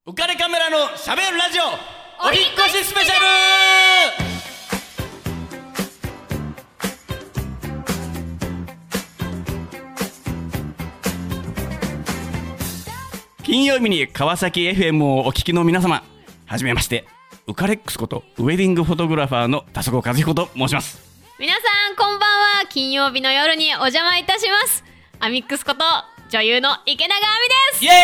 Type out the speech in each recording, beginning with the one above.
浮かれカメラのしゃべるラジオお引っ越しスペシャル。金曜日に川崎 FM をお聞きの皆様、はじめまして、ウカレックスことウェディングフォトグラファーの田底和彦と申します。 皆さんこんばんは。金曜日の夜にお邪魔いたします。アミックスこと女優の池永亜美です。 イエ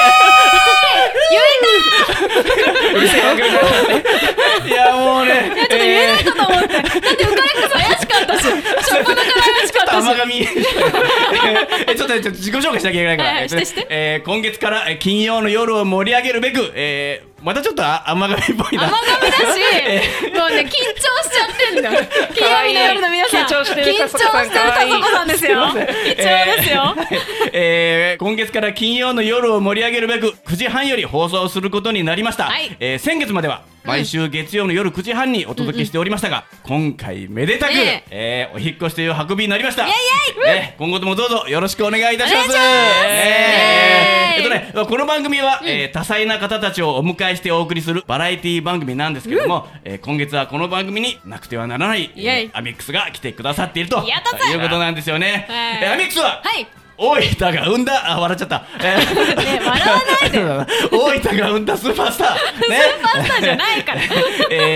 ーイ。 言えた。いやもうね、ちょっと言えないかと思って、だってウカレックス怪しかったし、初っ端から怪しかったし。 甘神ちょっと自己紹介しなきゃいけないから、今月から金曜の夜を盛り上げるべく、またちょっと甘神っぽいな。 甘神だし、もうね緊張しちゃってんだよ。金曜日の夜の皆さん、緊張してる田底さんですよ。緊張ですよ。 今月から金曜の夜を盛り上げるべく9時半より放送することになりました。先月までは毎週月曜の夜9時半にお届けしておりましたが、今回めでたく、お引っ越しという運びになりました。今後ともどうぞよろしくお願いいたします。この番組は、多彩な方たちをお迎えしてお送りするバラエティ番組なんですけども、今月はこの番組になくてはならない、アミックスが来てくださっているということなんですよね。アミックスは、大分が生んだ、笑っちゃった、 笑わないで大分が生んだスーパースター、 スーパースターじゃないから、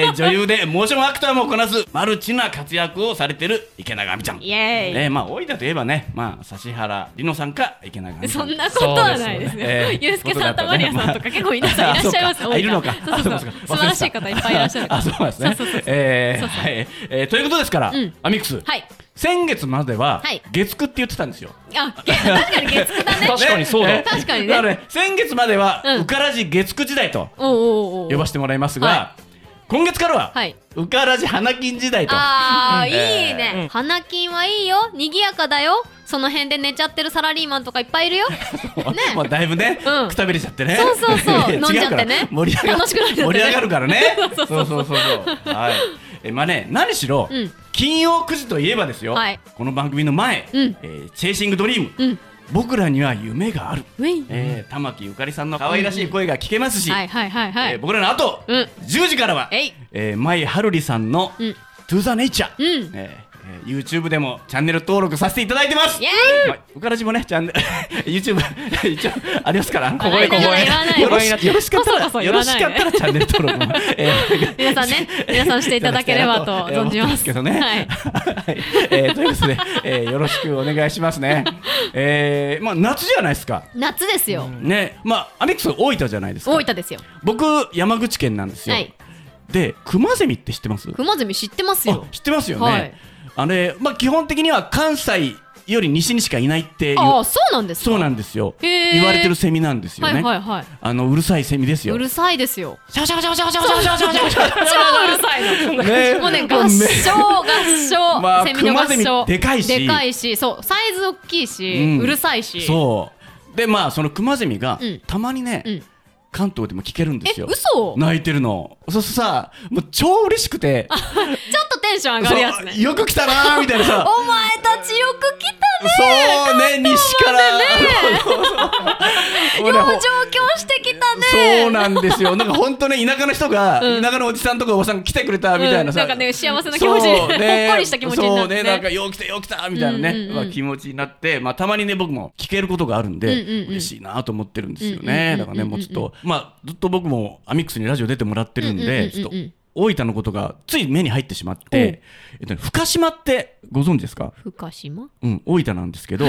女優でモーションアクターもこなすマルチな活躍をされてる池永亜美ちゃん。 イエーイ。 大分といえばね、指原莉乃さんか池永亜美ちゃん。 そんなことはないですね。ゆうすけさんとマリアさんとか結構皆さんいらっしゃいます。 いるのか。 そう素晴らしい方いっぱいいらっしゃる。 そうですね。ということですから、アミックス、先月までは月9って言ってたんですよ。 確かに月9だね。 確かにそうだ。 確かにね。先月まではうからじ月9時代と呼ばせてもらいますが、今月からはうからじ花金時代と。 いいね。花金はいいよ。賑やかだよ。その辺で寝ちゃってるサラリーマンとかいっぱいいるよ。ね。 だいぶね、くたびれちゃってね。 そう飲んじゃってね。楽しくなっちゃってね。 盛り上がるからね。そう。何しろ金曜9時といえばですよ、この番組の前、チェイシングドリーム、僕らには夢がある、玉木ゆかりさんの可愛らしい声が聞けますし、僕らの後10時からは舞はるりさんのTo the Nature、YouTube でもチャンネル登録させていただいてます。うからじもね、チャンネルYouTube 一応ありますから、ここへよろしかったらチャンネル登録も皆さんしていただければと存じますけどね。ということで、よろしくお願いしますね。夏じゃないですか。 夏ですよね。アミックス大分じゃないですか。 大分ですよ。 僕山口県なんですよ。で、クマゼミって知ってます？ クマゼミ知ってますよ。 知ってますよね。基本的には関西より西にしかいないっていう。 そうなんですか。 そうなんですよ。言われてるセミなんですよね。うるさいセミですよ。 うるさいですよ。 シャシャシャシャシャシャシャシャシャシャ、 超うるさいの。もうね、合唱。セミの合唱。 でかいし、 そう、サイズ大きいし、うるさいし。 そうで、そのクマゼミがたまにね、関東でも聞けるんですよ。 嘘？ 泣いてるの。そうさ、もう超嬉しくて、 ちょっとテンション上がるやつね。 よく来たなーみたいなさ。 お前たちよく来たね。 そうね、西からよう上京してきたね。 そうなんですよ。なんか本当ね、田舎の人が、田舎のおじさんとかおばさんが来てくれたみたいなさ、 なんかね、幸せな気持ち、ほっこりした気持ちになってね。 なんかよう来たみたいなね、気持ちになって、たまにね、僕も聞けることがあるんで嬉しいなと思ってるんですよね。だからね、もうちょっとずっと僕もアミックスにラジオ出てもらってるんで、ちょっと大分のことがつい目に入ってしまって、深島ってご存知ですか？ 深島？ 大分なんですけど、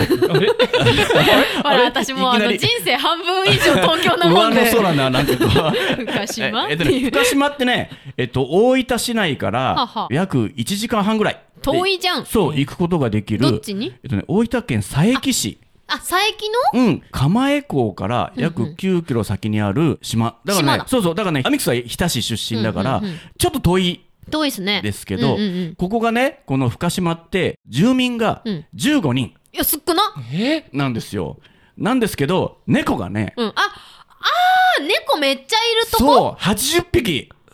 私も人生半分以上東京なもんで。 上の空な、なんていうか深島？ 深島ってね、大分市内から約1時間半ぐらい遠いじゃん。 そう、行くことができる。 どっちに？ 大分県佐伯市。 佐伯の？ 蒲江港から約9キロ先にある島。だからね、だからね、アミックスは日田市出身だから、ちょっと遠いですけど、ここがね、この深島って住民が15人。 いや、少な。 なんですよ。なんですけど、猫がね、 猫めっちゃいるとこ。 そう、80匹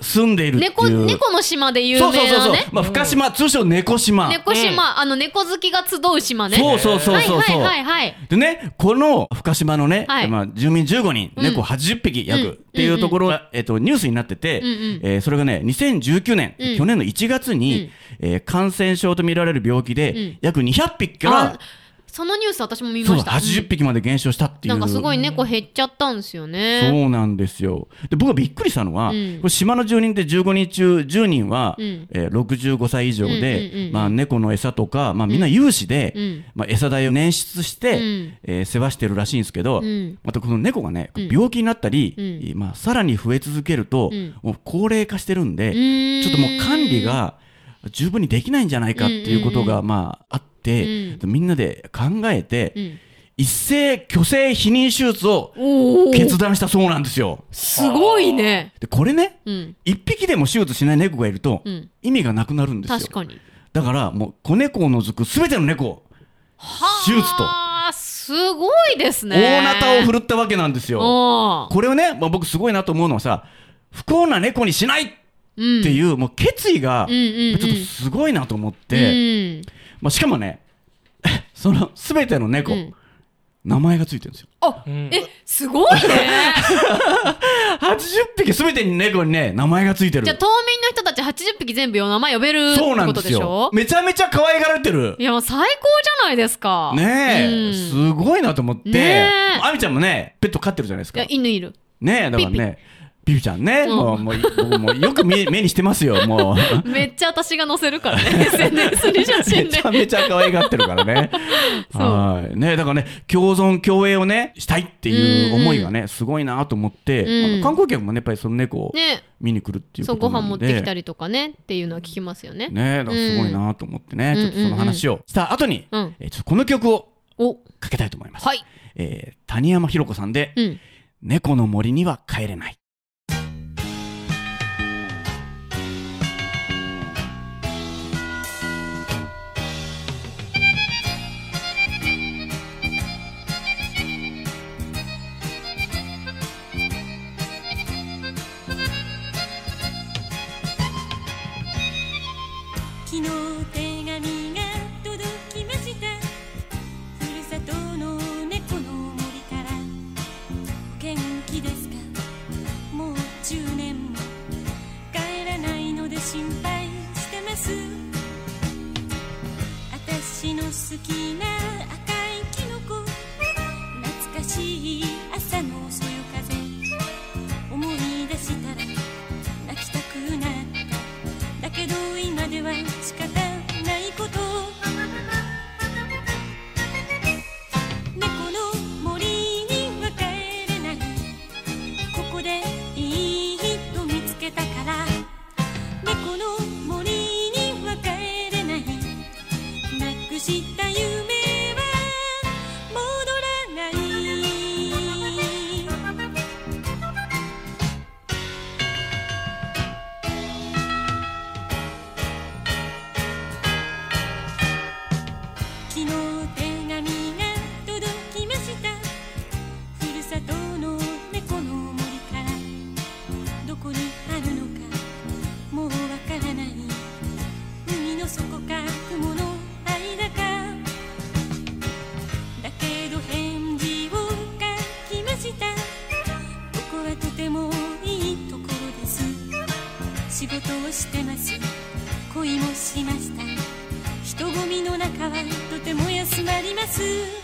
住んでいるっていう、 猫の島で有名なね。そうまあ、深島、通称猫島。 猫島、猫好きが集う島ね。 そうでね、この深島のね、まあ、住民15人、猫80匹約っていうところが、ニュースになってて、それがね、2019年、去年の1月に、感染症と見られる病気で、約200匹から、 そのニュース私も見ました。 80匹まで減少したっていう。 なんかすごい猫減っちゃったんですよね。 そうなんですよ。で、僕がびっくりしたのは、これ島の住人で15人中10人は、65歳以上で、まあ、猫の餌とか、まあ、みんな有志で、まあ、餌代を捻出して、世話してるらしいんですけど、またこの猫がね、病気になったり、まあ、さらに増え続けると、もう高齢化してるんで、ちょっともう管理が十分にできないんじゃないかっていうことが、まあ、あって、みんなで考えて、一斉去勢避妊手術を決断したそうなんですよ。 すごいね。 でこれね、一匹でも手術しない猫がいると、意味がなくなるんですよ。 確かに。 だからもう子猫を除くすべての猫を手術と。 すごいですね。 大なたを振るったわけなんですよ。これをね、まあ、僕すごいなと思うのはさ、不幸な猫にしないっていう、もう決意がちょっとすごいなと思って、まあ、しかもねその全ての猫、名前がついてるんですよ。 すごいね 80匹全てに猫にね名前がついてる。 じゃあ島民の人たち80匹全部名前呼べるってことでしょ。そうなんですよ。 めちゃめちゃ可愛がられてる。 いやもう最高じゃないですかねえ、すごいなと思って。あみちゃんもねペット飼ってるじゃないですか。 いや犬いるねえ、だからねピピちゃんね、もうよく目にしてますよ。もうめっちゃ私が載せるからねSNS に写真でめちゃめちゃ可愛がってるからねはいね、だからね共存共栄をねしたいっていう思いがねすごいなと思って、観光客もねやっぱりその猫を見に来るっていうことなので、 そうご飯持ってきたりとかねっていうのは聞きますよね。 ね、だからすごいなと思ってね、ちょっとその話をした後に、ちょっとこの曲をかけたいと思います。谷山ひろ子さんで、猫の森には帰れない。 昨日手紙が届きました。ふるさとの猫の森から元気ですか。もう10年も帰らないので心配してます。私の好きな赤いキノコ、懐かしい朝のそよ風、思い出したら泣きたくなった。だけど今では仕方ないこと。猫の森には帰れない。ここでいい人見つけたから。猫の森には帰れない。なくした夢は戻らない。昨日手紙が届きました。ふるさとの猫の森からどこにあるのかもうわからない。海の底か雲の間か。だけど返事を書きました。ここはとてもいいところです。仕事をしてます。恋もしました。人混みの中はとても休まります。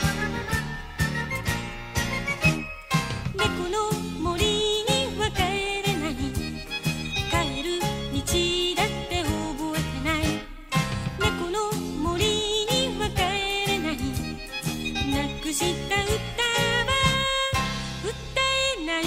猫の森には帰れない。帰る道だって覚えてない。猫の森には帰れない。なくした歌は歌えない。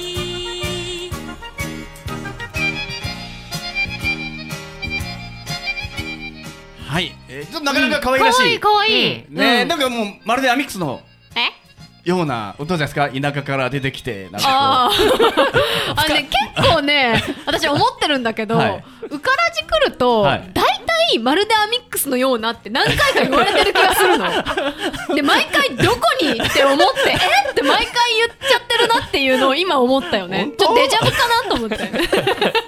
はい、ちょっとなかなか可愛らしい、 可愛いね、なんかもうまるでアミックスのような音じゃないですか。田舎から出てきてなんかこうね、結構ね私思ってるんだけど、ウカラジ来ると、だいたいまるでアミックスのようなって何回か言われてる気がするので毎回どこにって思ってって毎回言っちゃってるなっていうのを今思ったよね。ちょっとデジャブかなと思って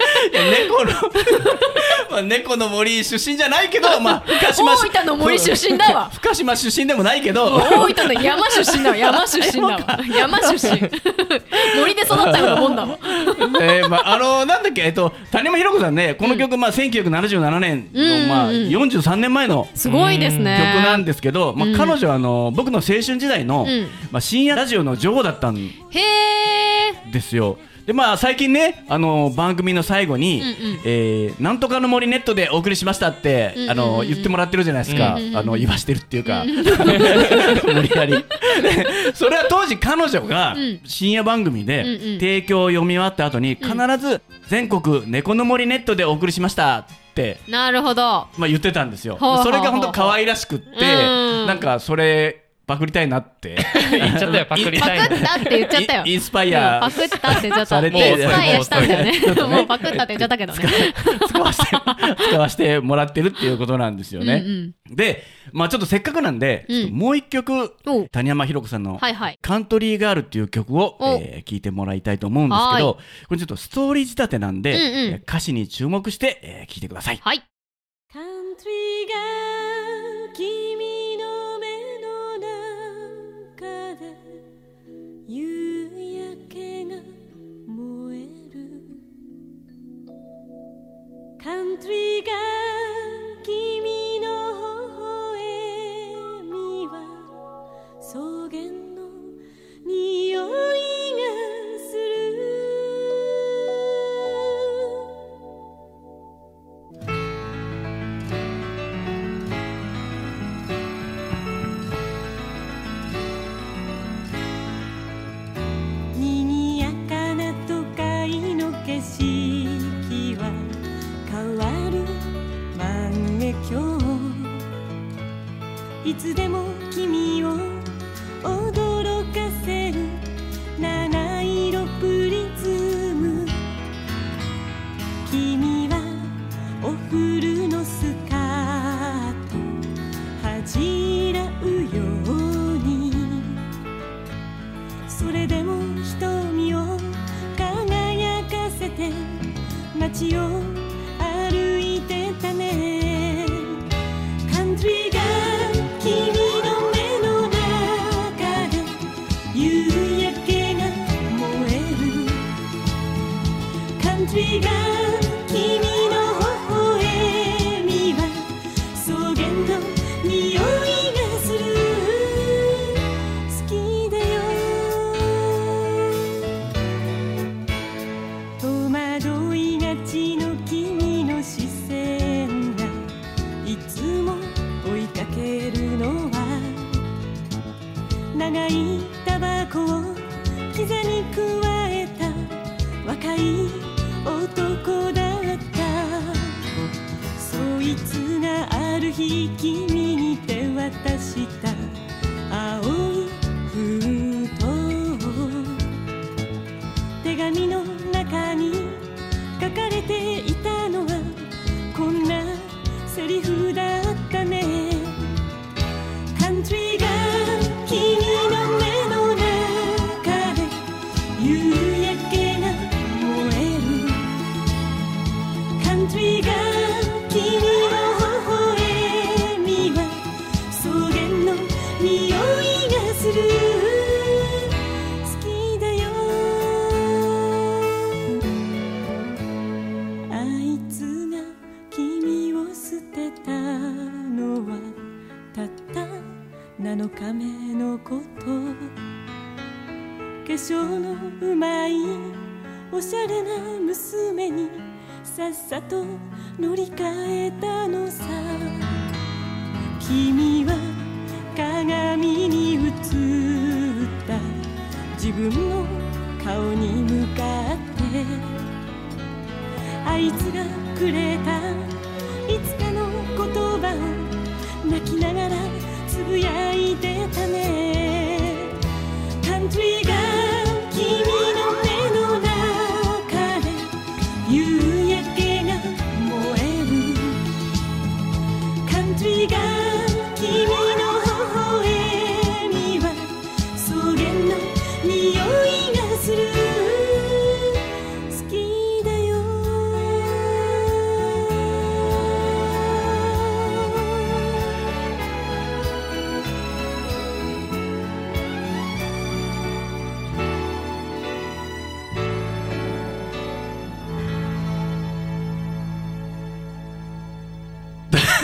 猫の森出身じゃないけど、深島大分の森出身だわ。 深島出身でもないけど、 大分の山出身だわ。山出身だわ。山出身。森で育ったようなもんだわ。 なんだっけ、谷山ひろ子さんね、この曲、1977年の、43年前のすごいですね曲なんですけど、彼女は僕の青春時代の、深夜ラジオの女王だったんですよ。で最近ね、番組の最後に、なんとかの森ネットでお送りしましたって、言ってもらってるじゃないですか。言わしてるっていうか、無理やりそれは当時彼女が深夜番組で提供を読み終わった後に、必ず全国猫の森ネットでお送りしましたってなるほど、 言ってたんですよ。それが本当可愛らしくって、なんかそれパクりたいなって言っちゃったよ。パクりたいパクったって言っちゃったよ。 インスパイアパクったって言っちゃった。インスパイアしたんだよね。もうパクったって言っちゃったけどね。 使わせてもらってるっていうことなんですよね。で、ちょっとせっかくなんで、もう一曲谷山ひろ子さんのカントリーガールっていう曲を聴いてもらいたいと思うんですけど、これちょっとストーリー仕立てなんで、歌詞に注目して聴いてください。 はい。 カントリーガール、君の目の中で夕焼けが燃える。カントリーガール、君の微笑みは草原の匂いがする。賑やかな都会の景色は変わる万華鏡。いつでも君を驚かせる七色プリズム。君はお古のスカート恥じらうように、それでも瞳を輝かせて街を歩いてたね。カントリーガール、君の目の中で夕焼けが燃える。カントリーガール、君の微笑みは草原の匂いがする。好きだよ。戸惑いがちの君の視線がいつも追いかけるのは、長いタバコを膝にくわえた若い男だった。そいつがある日君に手渡した青い封筒。手紙の中に書かれていたのはこんなセリフだったね。カントリーガール、君の目の中で夕焼けが燃える。カントリーガール、君の微笑みは草原の匂いがする。好きだよ。あいつが君を捨てたのはたった7日目のこと。化粧のうまいおしゃれな娘にさっさと乗り換えたのさ。君は鏡に映った自分の顔に向かってあいつがくれたいつかの言葉を泣きながらつぶやいてたね。カントリーガール、君の目の中で夕焼けが燃える。カントリーガール、君の微笑みは草原の匂いがする。好きだよ。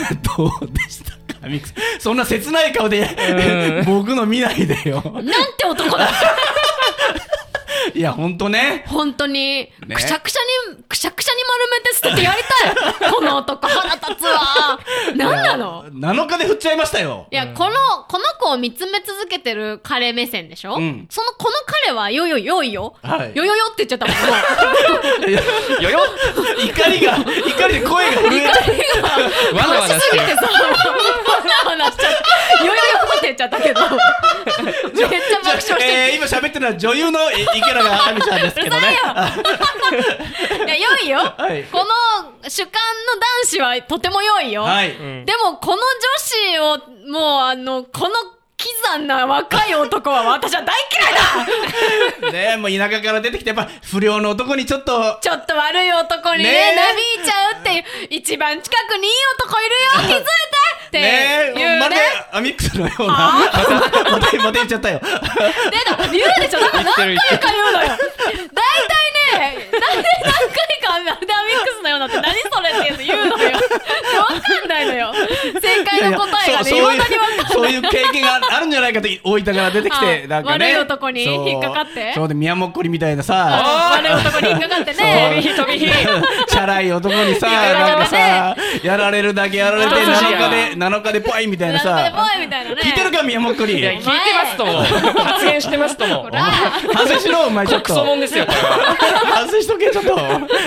どうでしたかミックス。そんな切ない顔で僕の見ないでよ。 なんて男だ。 いや本当ね、 本当に、くしゃくしゃに丸めて捨ててやりたい。この男腹立つわ。なんなの ？7日で振っちゃいましたよ。 いや、この子を見つめ続けてる彼目線でしょ、この彼はよいよ、はい、よって言っちゃったもん。 よよ怒りで声が震えわなわなしてる。わなわなしちゃった。よって言っちゃったけど。めっちゃ爆笑してる。 今喋ってるのは女優の池永亜美ちゃんですけどね。 いや、良いよ、はい、この主観の男子はとても良いよ、はい、でもこの女子をもうこのキザな若い男は私は大嫌いだ。ね、もう田舎から出てきてやっぱ不良の男にちょっと悪い男にねなびいちゃうっていう、一番近くにいい男いるよ、気づいてっていうね。 まるでアミックスのようなまた言っちゃったよ。 言うでしょ、だから何回か言うのよ。大体ね、何回かまるでアミックスのようなって何それって言うのよ。わかんないのよ、正解の答えがね。未だにわかんない。 そういう経験があるんじゃないかと、大分から出てきてなんかね、 悪い男に引っかかって、 そうで宮もっこりみたいなさ、 悪い男に引っかかってね、 チャラい男にさ、なんかさやられるだけやられて7日でポイみたいなさ、聞いてるか宮もっこり。 いや聞いてますとも、発言してますとも。 反省しろお前、ちょっとクソもんですよこれは。 反省しとけちょっと。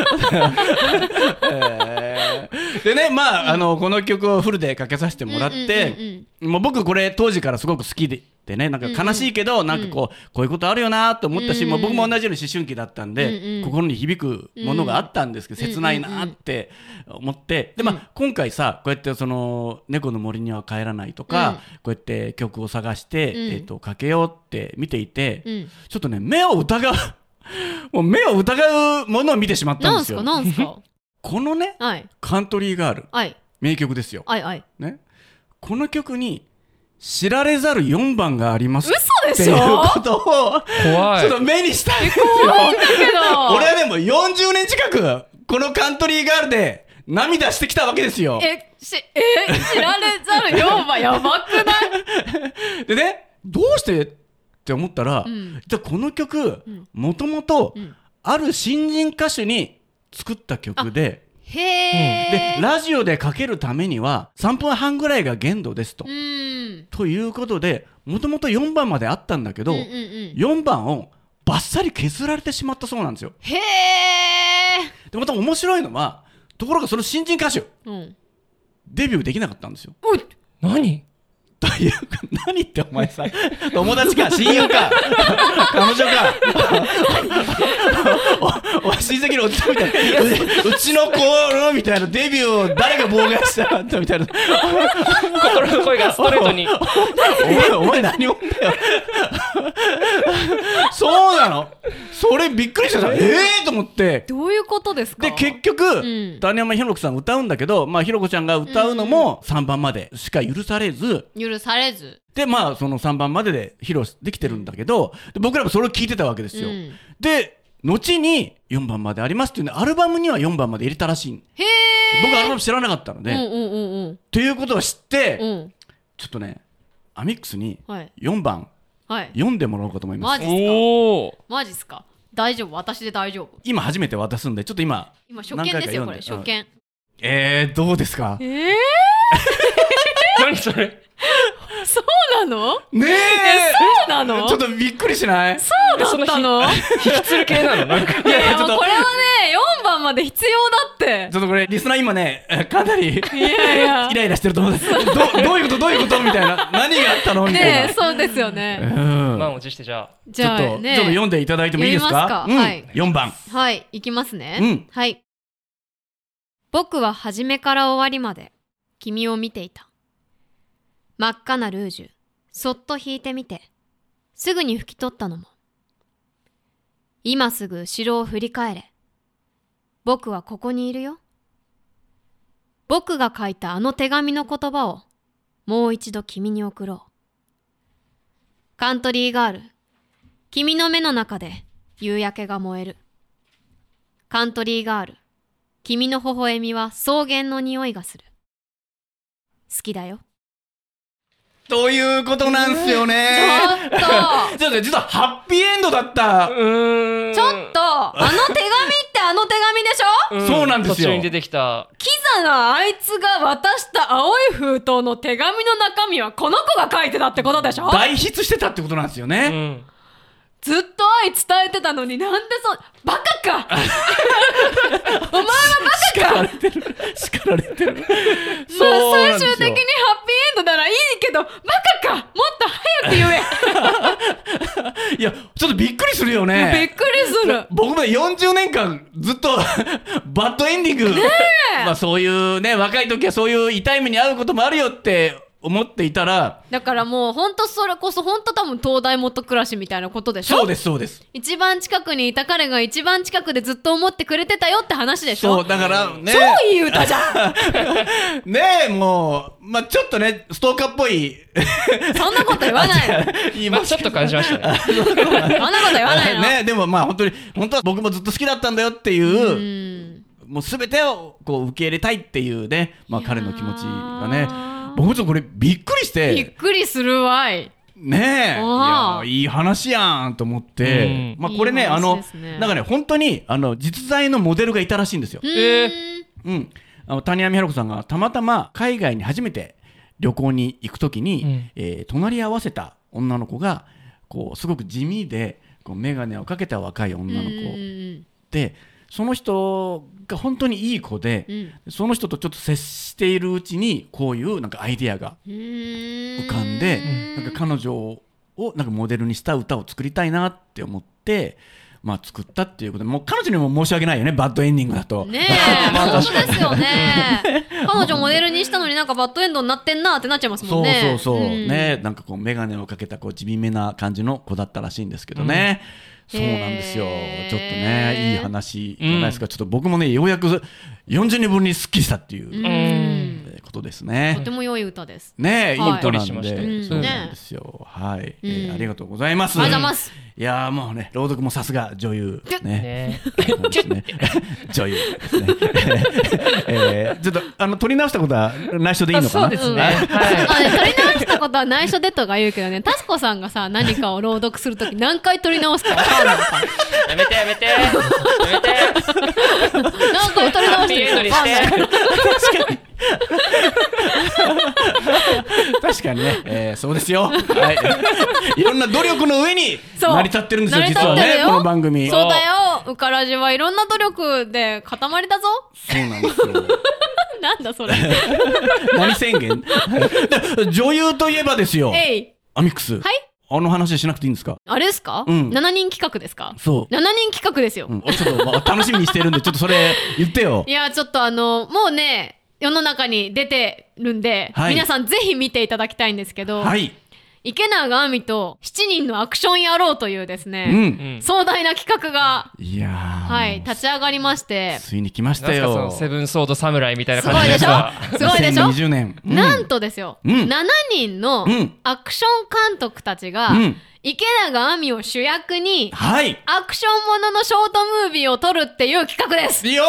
でね、まあこの曲をフルでかけさせてもらって、もう僕これ当時からすごく好きでね、なんか悲しいけど、なんかこういうことあるよなと思ったし、もう僕も同じように思春期だったんで、心に響くものがあったんですけど、切ないなって思って、でまあ今回さ、こうやってその猫の森には帰らないとか、こうやって曲を探してかけようって見ていて、ちょっとね目を疑うものを見てしまったんですよ。 なんすかこのね、カントリーガール、名曲ですよ、ね、この曲に知られざる4番がありますっていうことをちょっと目にしたいんですよ。俺はでも40年近くこのカントリーガールで涙してきたわけですよ。 知られざる4番やばくないでね、どうしてって思ったら、じゃあこの曲もともとある新人歌手に作った曲で、でラジオでかけるためには3分半ぐらいが限度ですということで、もともと4番まであったんだけど、4番をバッサリ削られてしまったそうなんですよ。でまた面白いのは、ところがその新人歌手、デビューできなかったんですよ。 何というか、何ってお前さ、友達か親友か彼女かお親戚のおじさんみたいな、うちの子のみたいなデビューを誰が妨害したかったみたいな心の声がストレートにお前何者だよそうなの、それびっくりしたさ、と思って。 どういうことですか。 で結局、谷山ひろ子さん歌うんだけど、まあひろ子ちゃんが歌うのも3番までしか許されずで、まあその3番までで披露できてるんだけど、で僕らもそれを聞いてたわけですよ。で後に4番までありますっていうの、アルバムには4番まで入れたらしい。僕アルバム知らなかったので、っていうことを知って、ちょっとねアミックスに4番、読んでもらおうかと思います。 マジっすか。大丈夫、私で大丈夫。 今初めて渡すんで、ちょっと今初見ですよ、これ初見。 どうですか。 何それそうなのねえ、 そうなの。 ちょっとびっくりしない。 そうだったの。 引きつる系なの。なんかいやこれはね4番まで必要だって。 ちょっとこれリスナー今ねかなりイライラしてると思うんです。どういうことみたいな、何があったのみたいな。 そうですよね。 満を持して、じゃあちょっと読んでいただいてもいいですか。4番いきますね。はい。僕は初めから終わりまで君を見ていた。真っ赤なルージュそっと引いてみて、すぐに拭き取ったのも。今すぐ後ろを振り返れ。僕はここにいるよ。僕が書いたあの手紙の言葉をもう一度君に送ろう。カントリーガール、君の目の中で夕焼けが燃える。カントリーガール、君の微笑みは草原の匂いがする。 好きだよ。 ということなんですよね。ちょっと実はハッピーエンドだった。 ちょっとあの手紙ってあの手紙でしょ。 そうなんですよ。 途中に出てきたキザなあいつが渡した青い封筒の手紙の中身はこの子が書いてたってことでしょ。 代筆してたってことなんですよね。 ずっと愛伝えてたのになんでバカかお前はバカか叱られてるまあ最終的にハッピーエンドならいいけどバカかもっと早く言えいやちょっとびっくりするよね。 びっくりする。 僕も40年間ずっとバッドエンディング、まあそういうね若い時はそういう痛い目に遭うこともあるよって思っていたら、 だからもう本当それこそ本当多分東大元暮らしみたいなことでしょ。 そうですそうです。 一番近くにいた彼が一番近くでずっと思ってくれてたよって話でしょ。 そうだからね、 超いい歌じゃんねえもうまあちょっとねストーカーっぽいそんなこと言わない今ちょっと感じましたねそんなこと言わないのね。でもまあ本当は僕もずっと好きだったんだよっていうもう全てをこう受け入れたいっていうね、まあ彼の気持ちがね、僕ちょっとこれびっくりして。 びっくりするわい。 ねえ、いやいい話やんと思って、まあこれねなんかね本当に実在のモデルがいたらしいんですよ。谷山ひ子さんがたまたま海外に初めて旅行に行くときに、隣り合わせた女の子がこうすごく地味でこう眼鏡をかけた若い女の子で、その人が本当にいい子で、その人とちょっと接しているうちにこういうなんかアイデアが浮かんで、なんか彼女をなんかモデルにした歌を作りたいなって思って、まあ、作ったっていうことで、もう彼女にも申し訳ないよねバッドエンディングだとねえ本当ですよね彼女モデルにしたのになんかバッドエンドになってんなってなっちゃいますもんね。 そうね、なんかこう眼鏡をかけたこう地味めな感じの子だったらしいんですけどね、そうなんですよ。ちょっとねいい話じゃないですか。ちょっと僕もねようやく40年ぶりにスッキリしたっていうことですね。 とても良い歌ですね。いい歌なんで、 そうなんですよ。はい、ありがとうございます。 ありがとうございます。 いやもうね朗読もさすが女優ね女優ですねちょっと撮り直したことは内緒でいいのかな。 そうですね、 撮り直したことは内緒でとか言うけどね、タスコさんがさ何かを朗読するとき何回撮り直すか分かんないからやめて何回撮り直してるか分かんない確かにね、そうですよ、いろんな努力の上に成り立ってるんですよ実はねこの番組。 そうだよ、ウカラジはいろんな努力で塊だぞ。 そうなんですよなんだそれ何宣言女優といえばですよ、アミックス、あの話しなくていいんですか。 あれですか、7人企画ですか。 そう 7人企画ですよ、 ちょっと、楽しみにしてるんでちょっとそれ言ってよ。 いやちょっともうね世の中に出てるんで、皆さんぜひ見ていただきたいんですけど、池永亜美と7人のアクション野郎というですね、壮大な企画が立ち上がりまして、 ついに来ましたよ。 セブンソード侍みたいな感じですか。すごいでしょ。 2020年、 なんとですよ、7人のアクション監督たちが、池永亜美を主役に、アクションもののショートムービーを撮るっていう企画です。 すごい。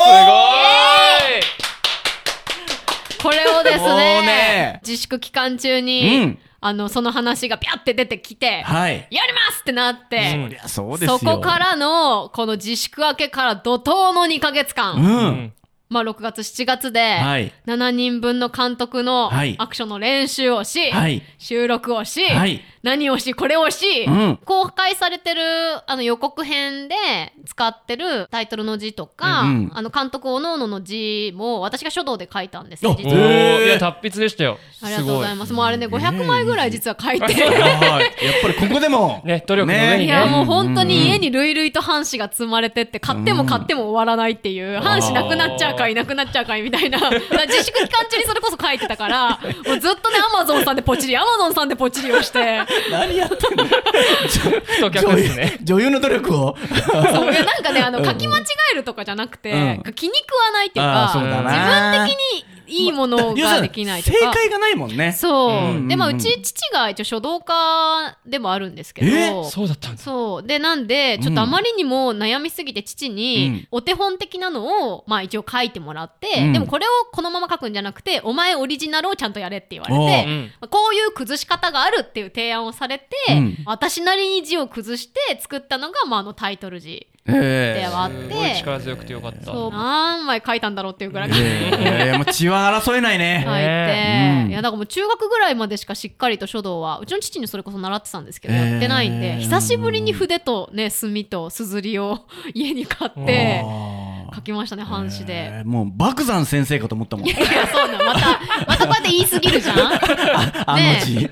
これをですね、自粛期間中に、その話がピャって出てきて、やりますってなって、そこからのこの自粛明けから怒涛の2ヶ月間、まあ6月7月で7人分の監督のアクションの練習をし、収録をし、何をしこれをし、公開されてる予告編で使ってるタイトルの字とか、監督おのおのの字も私が書道で書いたんですよ実は。 いや達筆でしたよ。 ありがとうございます。もうあれね500枚ぐらい実は書いてやっぱりここでもね努力の上にね、 いやもう本当に家に類々と半紙が積まれてって買っても買っても終わらないっていう、半紙なくなっちゃうかいなくなっちゃうかいみたいな自粛期間中にそれこそ書いてたからもうずっとねアマゾンさんでポチリをして何やってんの太客ですね。 女優の努力をそうなんかね書き間違えるとかじゃなくて、気に食わないっていうか、自分的にいいものができないとか、 正解がないもんね。 そうでうち父が一応書道家でもあるんですけど、 そうだったんだ。 そうでなんでちょっとあまりにも悩みすぎて父にお手本的なのをまあ一応書いてもらって、でもこれをこのまま書くんじゃなくてお前オリジナルをちゃんとやれって言われて、こういう崩し方があるっていう提案をされて、私なりに字を崩して作ったのが、まあ、タイトル字ではあって、 すごい力強くてよかった。 そう何枚書いたんだろうっていうぐらい、 もう血は争えないね。 書いて、いやだからもう中学ぐらいまでしかしっかりと書道はうちの父にそれこそ習ってたんですけど、やってないんで、久しぶりに筆とね墨とすずりを家に買って書きましたね、半紙で。 もう漠山先生かと思ったもん。いやそうな、またこうやって言い過ぎるじゃん。 あの字。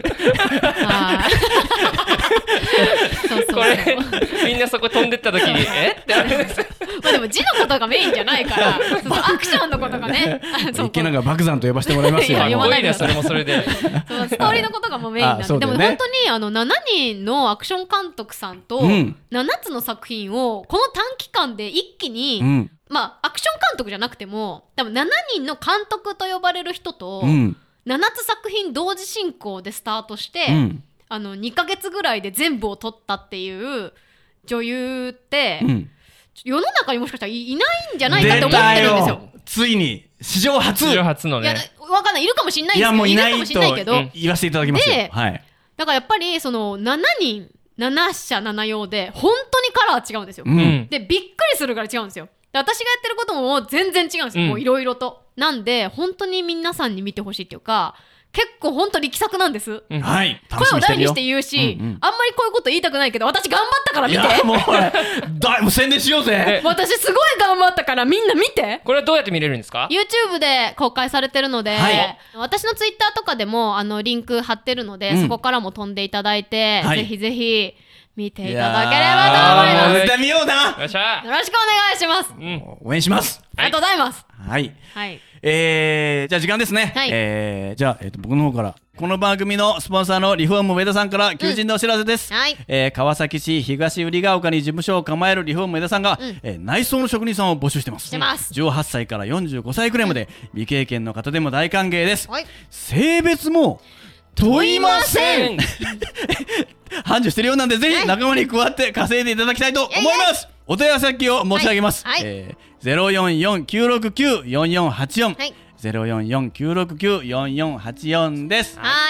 これみんなそこ飛んでった時にってあるんですよ。 まあでも字のことがメインじゃないから、アクションのことがね。 池永漠山と呼ばせてもらいますよ。 読まないでそれもそれで。 ストーリーのことがもうメインなんで、でも本当に7人のアクション監督さんと7つの作品をこの短期間で一気に、まあアクション監督じゃなくても多分7人の監督と呼ばれる人と7つ作品同時進行でスタートして、2ヶ月ぐらいで全部を撮ったっていう女優って、世の中にもしかしたらいないんじゃないかって思ってるんですよ。 ついに史上初のね。 いやわかんない、いるかもしれないですけど、 いやもういないるかもしれないけど、 言わせていただきますよ。 で、だからやっぱりその7人7社7用で本当にカラー違うんですよ、でびっくりするぐらい違うんですよ。で私がやってることも全然違うんですよ、もういろいろと。なんで本当に皆さんに見てほしいっていうか、結構本当力作なんです、 はい、 声を大にして言うし、あんまりこういうこと言いたくないけど、私頑張ったから見て。 いやもう宣伝しようぜ。 私すごい頑張ったからみんな見て。 これはどうやって見れるんですか？ YouTube で公開されてるので、私の Twitter とかでもリンク貼ってるので、そこからも飛んでいただいて、ぜひぜひ見ていただければと思います。 絶対見ような。 よろしくお願いします、 応援します。 ありがとうございます。 はい、じゃあ時間ですね、じゃあ、僕の方からこの番組のスポンサーのリフォーム上田さんから求人のお知らせです、川崎市東百合ヶ丘に事務所を構えるリフォーム上田さんが、内装の職人さんを募集してます。18歳から45歳くらいまで、未経験の方でも大歓迎です、性別も問いません繁盛してるようなんで、ぜひ仲間に加わって稼いでいただきたいと思います。お問い合わせ先を申し上げます。044-969-4484、044-969-4484です。はい、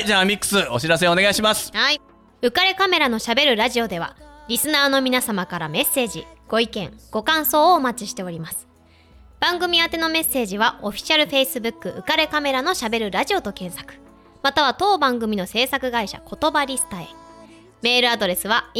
じゃあミックスお知らせお願いします。 浮かれカメラのしゃべるラジオでは、リスナーの皆様からメッセージ、ご意見、ご感想をお待ちしております。番組宛てのメッセージはオフィシャル Facebook 浮かれカメラのしゃべるラジオと検索、または当番組の制作会社言葉リスタへ。メールアドレスは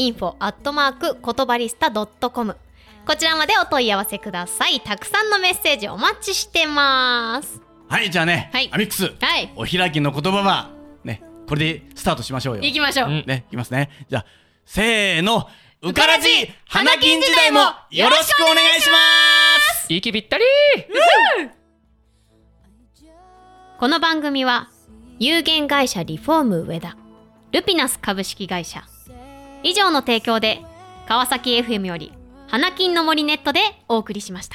info@言葉リスタ.com、 こちらまでお問い合わせください。たくさんのメッセージお待ちしてます。 はい、じゃあね、アミックス、お開きの言葉はね、これでスタートしましょうよ。 行きましょう、 ね、いきますね。じゃあせーの、うからじ花金時代もよろしくお願いします。 息ぴったりこの番組は有限会社リフォーム上田、ルピナス株式会社以上の提供で、川崎 FM より花金の森ネットでお送りしました。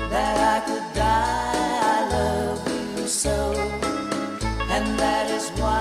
And that is why